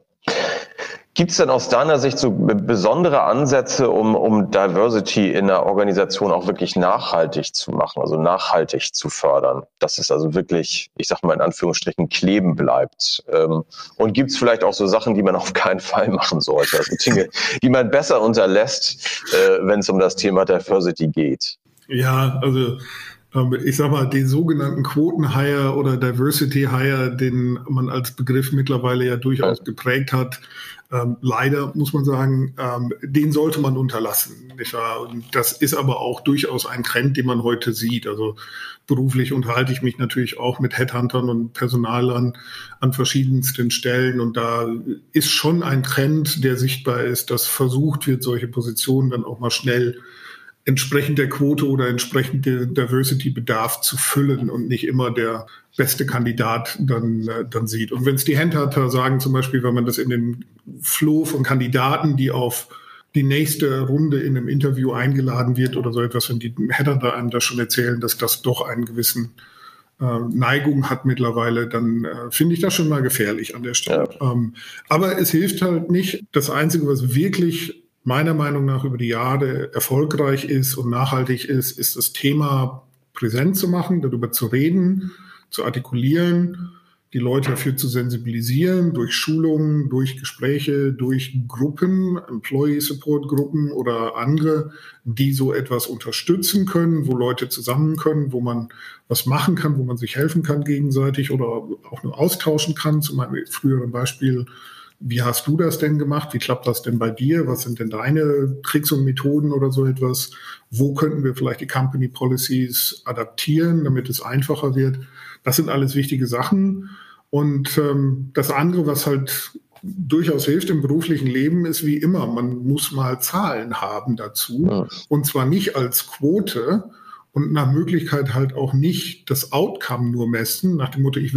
Speaker 4: Gibt es denn aus deiner Sicht so besondere Ansätze, um Diversity in der Organisation auch wirklich nachhaltig zu machen, also nachhaltig zu fördern, dass es also wirklich, ich sag mal in Anführungsstrichen, kleben bleibt? Und gibt es vielleicht auch so Sachen, die man auf keinen Fall machen sollte, also Dinge, die man besser unterlässt, wenn es um das Thema Diversity geht?
Speaker 1: Ja, also ich sag mal, den sogenannten Quoten-Hire oder Diversity-Hire, den man als Begriff mittlerweile ja durchaus geprägt hat, leider muss man sagen, den sollte man unterlassen. Nicht wahr? Und das ist aber auch durchaus ein Trend, den man heute sieht. Also beruflich unterhalte ich mich natürlich auch mit Headhuntern und Personalern an verschiedensten Stellen. Und da ist schon ein Trend, der sichtbar ist, dass versucht wird, solche Positionen dann auch mal schnell entsprechend der Quote oder entsprechend der Diversity-Bedarf zu füllen und nicht immer der beste Kandidat dann sieht. Und wenn es die Headhunter sagen, zum Beispiel, wenn man das in den Flow von Kandidaten, die auf die nächste Runde in einem Interview eingeladen wird oder so etwas, wenn die Headhunter einem das schon erzählen, dass das doch einen gewissen Neigung hat mittlerweile, dann finde ich das schon mal gefährlich an der Stelle. Ja. Aber es hilft halt nicht. Das Einzige, was wirklich meiner Meinung nach über die Jahre erfolgreich ist und nachhaltig ist, ist das Thema präsent zu machen, darüber zu reden, zu artikulieren, die Leute dafür zu sensibilisieren, durch Schulungen, durch Gespräche, durch Gruppen, Employee-Support-Gruppen oder andere, die so etwas unterstützen können, wo Leute zusammen können, wo man was machen kann, wo man sich helfen kann gegenseitig oder auch nur austauschen kann. Zum Beispiel früheren Beispiel, wie hast du das denn gemacht? Wie klappt das denn bei dir? Was sind denn deine Tricks und Methoden oder so etwas? Wo könnten wir vielleicht die Company Policies adaptieren, damit es einfacher wird? Das sind alles wichtige Sachen. Und das andere, was halt durchaus hilft im beruflichen Leben, ist wie immer, man muss mal Zahlen haben dazu. Ja. Und zwar nicht als Quote und nach Möglichkeit halt auch nicht das Outcome nur messen, nach dem Motto, ich will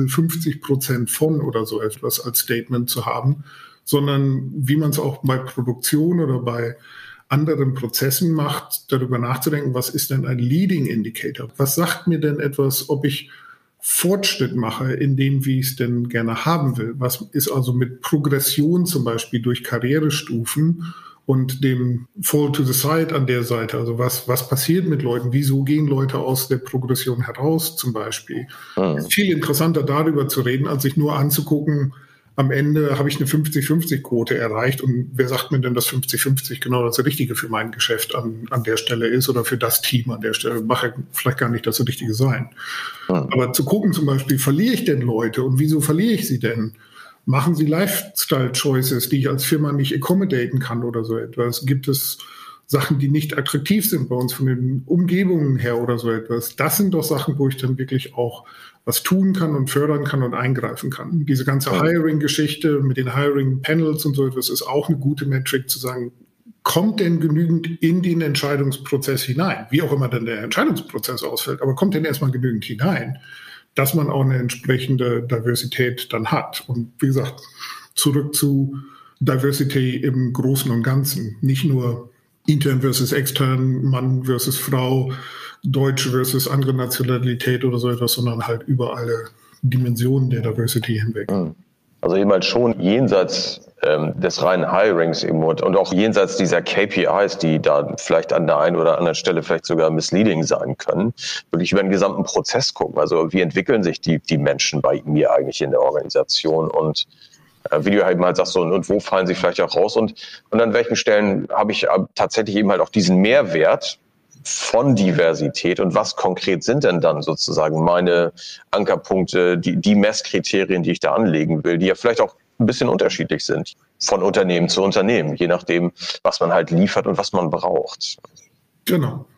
Speaker 1: 50% von oder so etwas als Statement zu haben, sondern wie man es auch bei Produktion oder bei anderen Prozessen macht, darüber nachzudenken, was ist denn ein Leading Indicator? Was sagt mir denn etwas, ob ich Fortschritt mache in dem, wie ich es denn gerne haben will? Was ist also mit Progression zum Beispiel durch Karrierestufen und dem Fall to the Side an der Seite? Also was passiert mit Leuten? Wieso gehen Leute aus der Progression heraus zum Beispiel? Es ist viel interessanter darüber zu reden, als sich nur anzugucken, am Ende habe ich eine 50-50-Quote erreicht und wer sagt mir denn, dass 50-50 genau das Richtige für mein Geschäft an der Stelle ist oder für das Team an der Stelle? Mache vielleicht gar nicht das Richtige sein. Aber zu gucken zum Beispiel, verliere ich denn Leute und wieso verliere ich sie denn? Machen sie Lifestyle-Choices, die ich als Firma nicht accommodaten kann oder so etwas? Gibt es Sachen, die nicht attraktiv sind bei uns von den Umgebungen her oder so etwas? Das sind doch Sachen, wo ich dann wirklich auch was tun kann und fördern kann und eingreifen kann. Diese ganze Hiring-Geschichte mit den Hiring-Panels und so etwas ist auch eine gute Metrik zu sagen, kommt denn genügend in den Entscheidungsprozess hinein? Wie auch immer dann der Entscheidungsprozess ausfällt, aber kommt denn erstmal genügend hinein, dass man auch eine entsprechende Diversität dann hat? Und wie gesagt, zurück zu Diversity im Großen und Ganzen. Nicht nur intern versus extern, Mann versus Frau, Deutsch versus andere Nationalität oder so etwas, sondern halt über alle Dimensionen der Diversity hinweg.
Speaker 4: Also eben halt schon jenseits des reinen Hirings eben und auch jenseits dieser KPIs, die da vielleicht an der einen oder anderen Stelle vielleicht sogar misleading sein können, wirklich über den gesamten Prozess gucken. Also wie entwickeln sich die Menschen bei mir eigentlich in der Organisation und wie du eben halt sagst, so, und wo fallen sie vielleicht auch raus und an welchen Stellen habe ich tatsächlich eben halt auch diesen Mehrwert von Diversität und was konkret sind denn dann sozusagen meine Ankerpunkte, die Messkriterien, die ich da anlegen will, die ja vielleicht auch ein bisschen unterschiedlich sind von Unternehmen zu Unternehmen, je nachdem, was man halt liefert und was man braucht.
Speaker 1: Genau.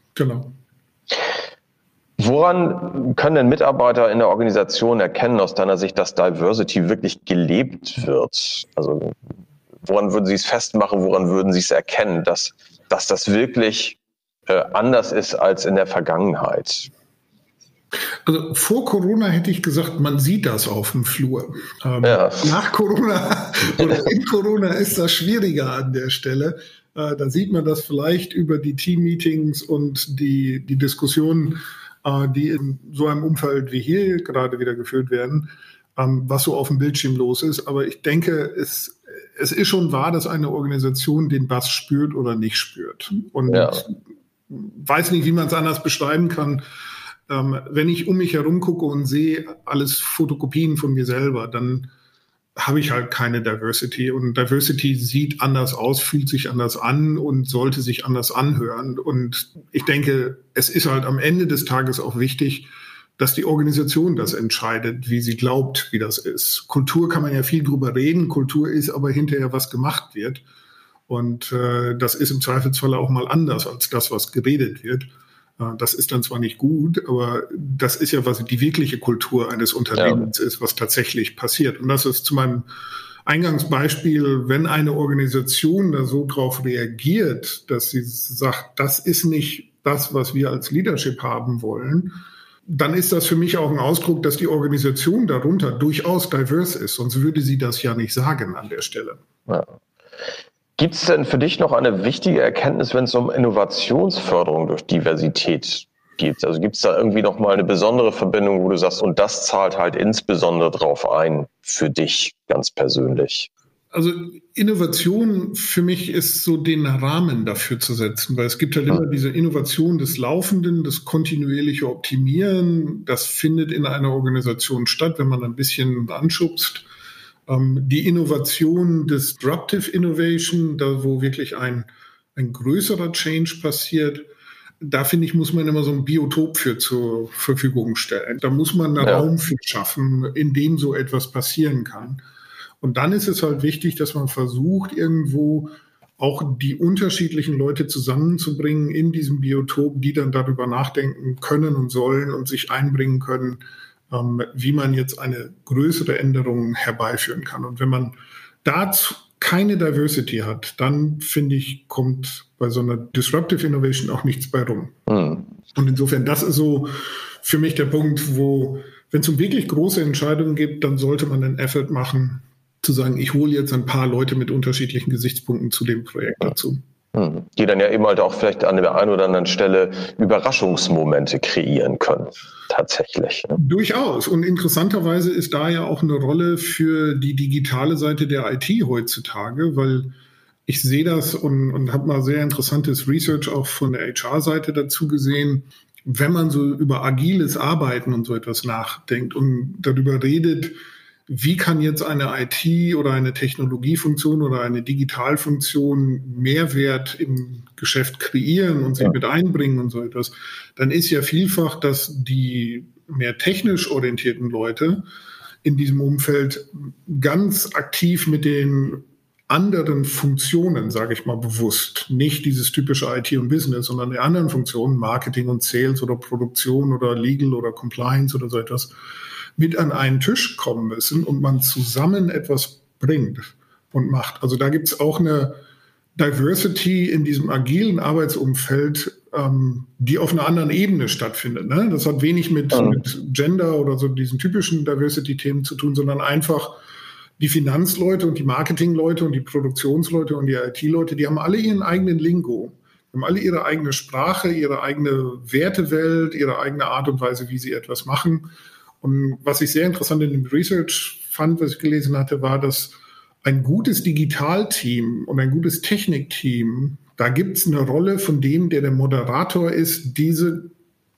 Speaker 4: Woran können denn Mitarbeiter in der Organisation erkennen aus deiner Sicht, dass Diversity wirklich gelebt wird? Also woran würden Sie es festmachen, woran würden Sie es erkennen, dass das wirklich anders ist als in der Vergangenheit?
Speaker 1: Also vor Corona hätte ich gesagt, man sieht das auf dem Flur. Nach Corona oder in Corona ist das schwieriger an der Stelle. Da sieht man das vielleicht über die Team-Meetings und die Diskussionen, die in so einem Umfeld wie hier gerade wieder geführt werden, was so auf dem Bildschirm los ist. Aber ich denke, es ist schon wahr, dass eine Organisation den Bass spürt oder nicht spürt. Und weiß nicht, wie man es anders beschreiben kann. Wenn ich um mich herum gucke und sehe alles Fotokopien von mir selber, dann habe ich halt keine Diversity. Und Diversity sieht anders aus, fühlt sich anders an und sollte sich anders anhören. Und ich denke, es ist halt am Ende des Tages auch wichtig, dass die Organisation das entscheidet, wie sie glaubt, wie das ist. Kultur kann man ja viel drüber reden. Kultur ist aber hinterher, was gemacht wird. Und das ist im Zweifelsfall auch mal anders als das, was geredet wird. Das ist dann zwar nicht gut, aber das ist ja, was die wirkliche Kultur eines Unternehmens ist, was tatsächlich passiert. Und das ist zu meinem Eingangsbeispiel, wenn eine Organisation da so drauf reagiert, dass sie sagt, das ist nicht das, was wir als Leadership haben wollen, dann ist das für mich auch ein Ausdruck, dass die Organisation darunter durchaus diverse ist. Sonst würde sie das ja nicht sagen an der Stelle.
Speaker 4: Ja. Gibt es denn für dich noch eine wichtige Erkenntnis, wenn es um Innovationsförderung durch Diversität gibt? Also gibt es da irgendwie nochmal eine besondere Verbindung, wo du sagst, und das zahlt halt insbesondere drauf ein für dich ganz persönlich?
Speaker 1: Also Innovation für mich ist so den Rahmen dafür zu setzen, weil es gibt halt immer diese Innovation des Laufenden, das kontinuierliche Optimieren, das findet in einer Organisation statt, wenn man ein bisschen anschubst. Die Innovation, Disruptive Innovation, da wo wirklich ein größerer Change passiert, da finde ich, muss man immer so ein Biotop für zur Verfügung stellen. Da muss man einen Raum für schaffen, in dem so etwas passieren kann. Und dann ist es halt wichtig, dass man versucht, irgendwo auch die unterschiedlichen Leute zusammenzubringen in diesem Biotop, die dann darüber nachdenken können und sollen und sich einbringen können, wie man jetzt eine größere Änderung herbeiführen kann. Und wenn man dazu keine Diversity hat, dann, finde ich, kommt bei so einer Disruptive Innovation auch nichts bei rum. Und insofern, das ist so für mich der Punkt, wo, wenn es um wirklich große Entscheidungen geht, dann sollte man einen Effort machen, zu sagen, ich hole jetzt ein paar Leute mit unterschiedlichen Gesichtspunkten zu dem Projekt dazu.
Speaker 4: Die dann ja eben halt auch vielleicht an der einen oder anderen Stelle Überraschungsmomente kreieren können, tatsächlich. Ne?
Speaker 1: Durchaus. Und interessanterweise ist da ja auch eine Rolle für die digitale Seite der IT heutzutage, weil ich sehe das und habe mal sehr interessantes Research auch von der HR-Seite dazu gesehen, wenn man so über agiles Arbeiten und so etwas nachdenkt und darüber redet, wie kann jetzt eine IT oder eine Technologiefunktion oder eine Digitalfunktion Mehrwert im Geschäft kreieren und sich mit einbringen und so etwas, dann ist ja vielfach, dass die mehr technisch orientierten Leute in diesem Umfeld ganz aktiv mit den anderen Funktionen, sage ich mal bewusst, nicht dieses typische IT und Business, sondern die anderen Funktionen, Marketing und Sales oder Produktion oder Legal oder Compliance oder so etwas, mit an einen Tisch kommen müssen und man zusammen etwas bringt und macht. Also da gibt es auch eine Diversity in diesem agilen Arbeitsumfeld, die auf einer anderen Ebene stattfindet. Ne? Das hat wenig mit Gender oder so diesen typischen Diversity-Themen zu tun, sondern einfach die Finanzleute und die Marketingleute und die Produktionsleute und die IT-Leute, die haben alle ihren eigenen Lingo. Die haben alle ihre eigene Sprache, ihre eigene Wertewelt, ihre eigene Art und Weise, wie sie etwas machen. Und was ich sehr interessant in dem Research fand, was ich gelesen hatte, war, dass ein gutes Digitalteam und ein gutes Technikteam, da gibt es eine Rolle von dem, der Moderator ist, diese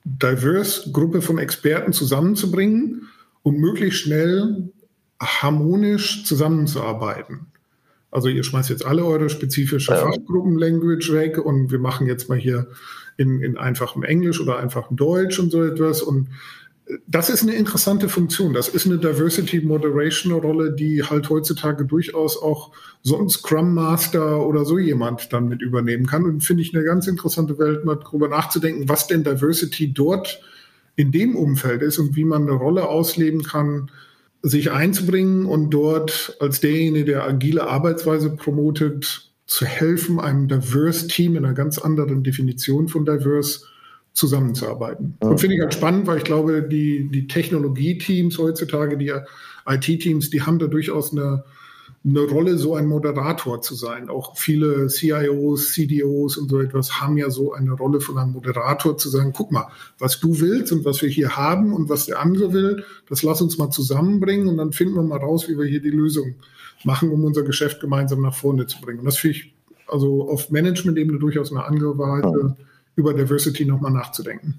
Speaker 1: diverse Gruppe von Experten zusammenzubringen und möglichst schnell harmonisch zusammenzuarbeiten. Also ihr schmeißt jetzt alle eure spezifische Fachgruppen-Language weg und wir machen jetzt mal hier in einfachem Englisch oder einfachem Deutsch und so etwas. Und das ist eine interessante Funktion. Das ist eine Diversity-Moderation-Rolle, die halt heutzutage durchaus auch so ein Scrum Master oder so jemand dann mit übernehmen kann. Und finde ich eine ganz interessante Welt, mal drüber nachzudenken, was denn Diversity dort in dem Umfeld ist und wie man eine Rolle ausleben kann, sich einzubringen und dort als derjenige, der agile Arbeitsweise promotet, zu helfen, einem diverse Team in einer ganz anderen Definition von diverse zusammenzuarbeiten. Und finde ich halt spannend, weil ich glaube, die Technologieteams heutzutage, die IT-Teams, die haben da durchaus eine Rolle, so ein Moderator zu sein. Auch viele CIOs, CDOs und so etwas haben ja so eine Rolle von einem Moderator zu sagen, guck mal, was du willst und was wir hier haben und was der andere will, das lass uns mal zusammenbringen und dann finden wir mal raus, wie wir hier die Lösung machen, um unser Geschäft gemeinsam nach vorne zu bringen. Und das finde ich also auf Management-Ebene durchaus eine andere Weise, über Diversity nochmal nachzudenken.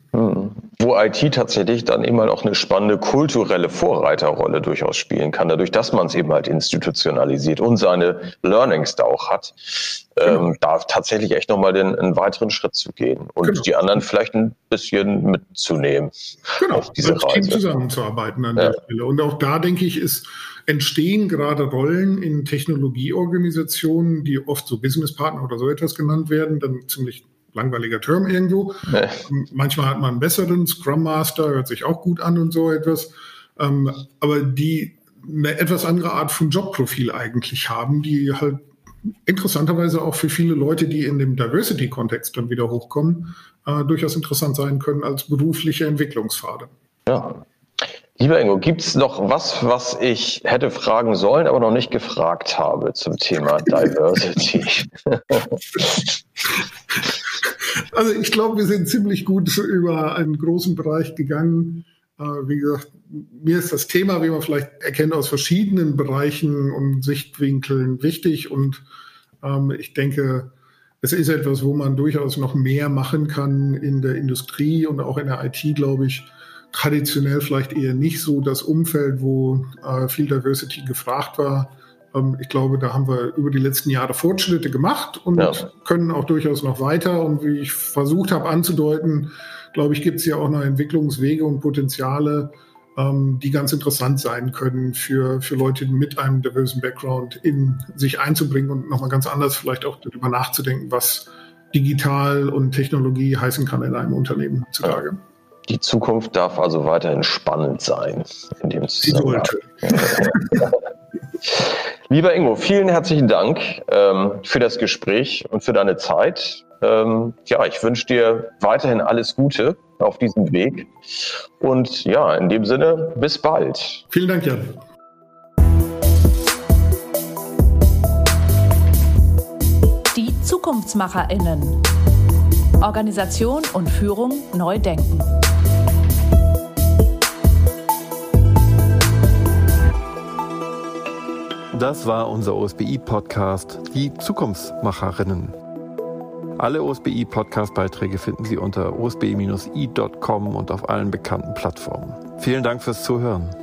Speaker 4: Wo IT tatsächlich dann eben halt auch eine spannende kulturelle Vorreiterrolle durchaus spielen kann, dadurch, dass man es eben halt institutionalisiert und seine Learnings da auch hat, da tatsächlich echt nochmal einen weiteren Schritt zu gehen und die anderen vielleicht ein bisschen mitzunehmen auf diese Reise.
Speaker 1: Team zusammenzuarbeiten an der Stelle. Und auch da, denke ich, entstehen gerade Rollen in Technologieorganisationen, die oft so Businesspartner oder so etwas genannt werden, dann ziemlich langweiliger Term irgendwo. Manchmal hat man einen besseren Scrum Master, hört sich auch gut an und so etwas. Aber die eine etwas andere Art von Jobprofil eigentlich haben, die halt interessanterweise auch für viele Leute, die in dem Diversity-Kontext dann wieder hochkommen, durchaus interessant sein können als berufliche Entwicklungspfade.
Speaker 4: Ja. Lieber Ingo, gibt es noch was ich hätte fragen sollen, aber noch nicht gefragt habe zum Thema Diversity?
Speaker 1: Also ich glaube, wir sind ziemlich gut über einen großen Bereich gegangen. Wie gesagt, mir ist das Thema, wie man vielleicht erkennt, aus verschiedenen Bereichen und Sichtwinkeln wichtig. Und ich denke, es ist etwas, wo man durchaus noch mehr machen kann in der Industrie und auch in der IT, glaube ich. Traditionell vielleicht eher nicht so das Umfeld, wo viel Diversity gefragt war. Ich glaube, da haben wir über die letzten Jahre Fortschritte gemacht und können auch durchaus noch weiter. Und wie ich versucht habe anzudeuten, glaube ich, gibt es ja auch noch Entwicklungswege und Potenziale, die ganz interessant sein können für Leute mit einem diversen Background in sich einzubringen und nochmal ganz anders vielleicht auch darüber nachzudenken, was digital und Technologie heißen kann in einem Unternehmen heutzutage.
Speaker 4: Die Zukunft darf also weiterhin spannend sein in dem Zusammenhang. Lieber Ingo, vielen herzlichen Dank für das Gespräch und für deine Zeit. Ich wünsche dir weiterhin alles Gute auf diesem Weg. Und ja, in dem Sinne, bis bald.
Speaker 1: Vielen Dank, Jan.
Speaker 2: Die ZukunftsmacherInnen. Organisation und Führung neu denken.
Speaker 3: Das war unser OSBI-Podcast, die Zukunftsmacherinnen. Alle OSBI-Podcast-Beiträge finden Sie unter osbi-i.com und auf allen bekannten Plattformen. Vielen Dank fürs Zuhören.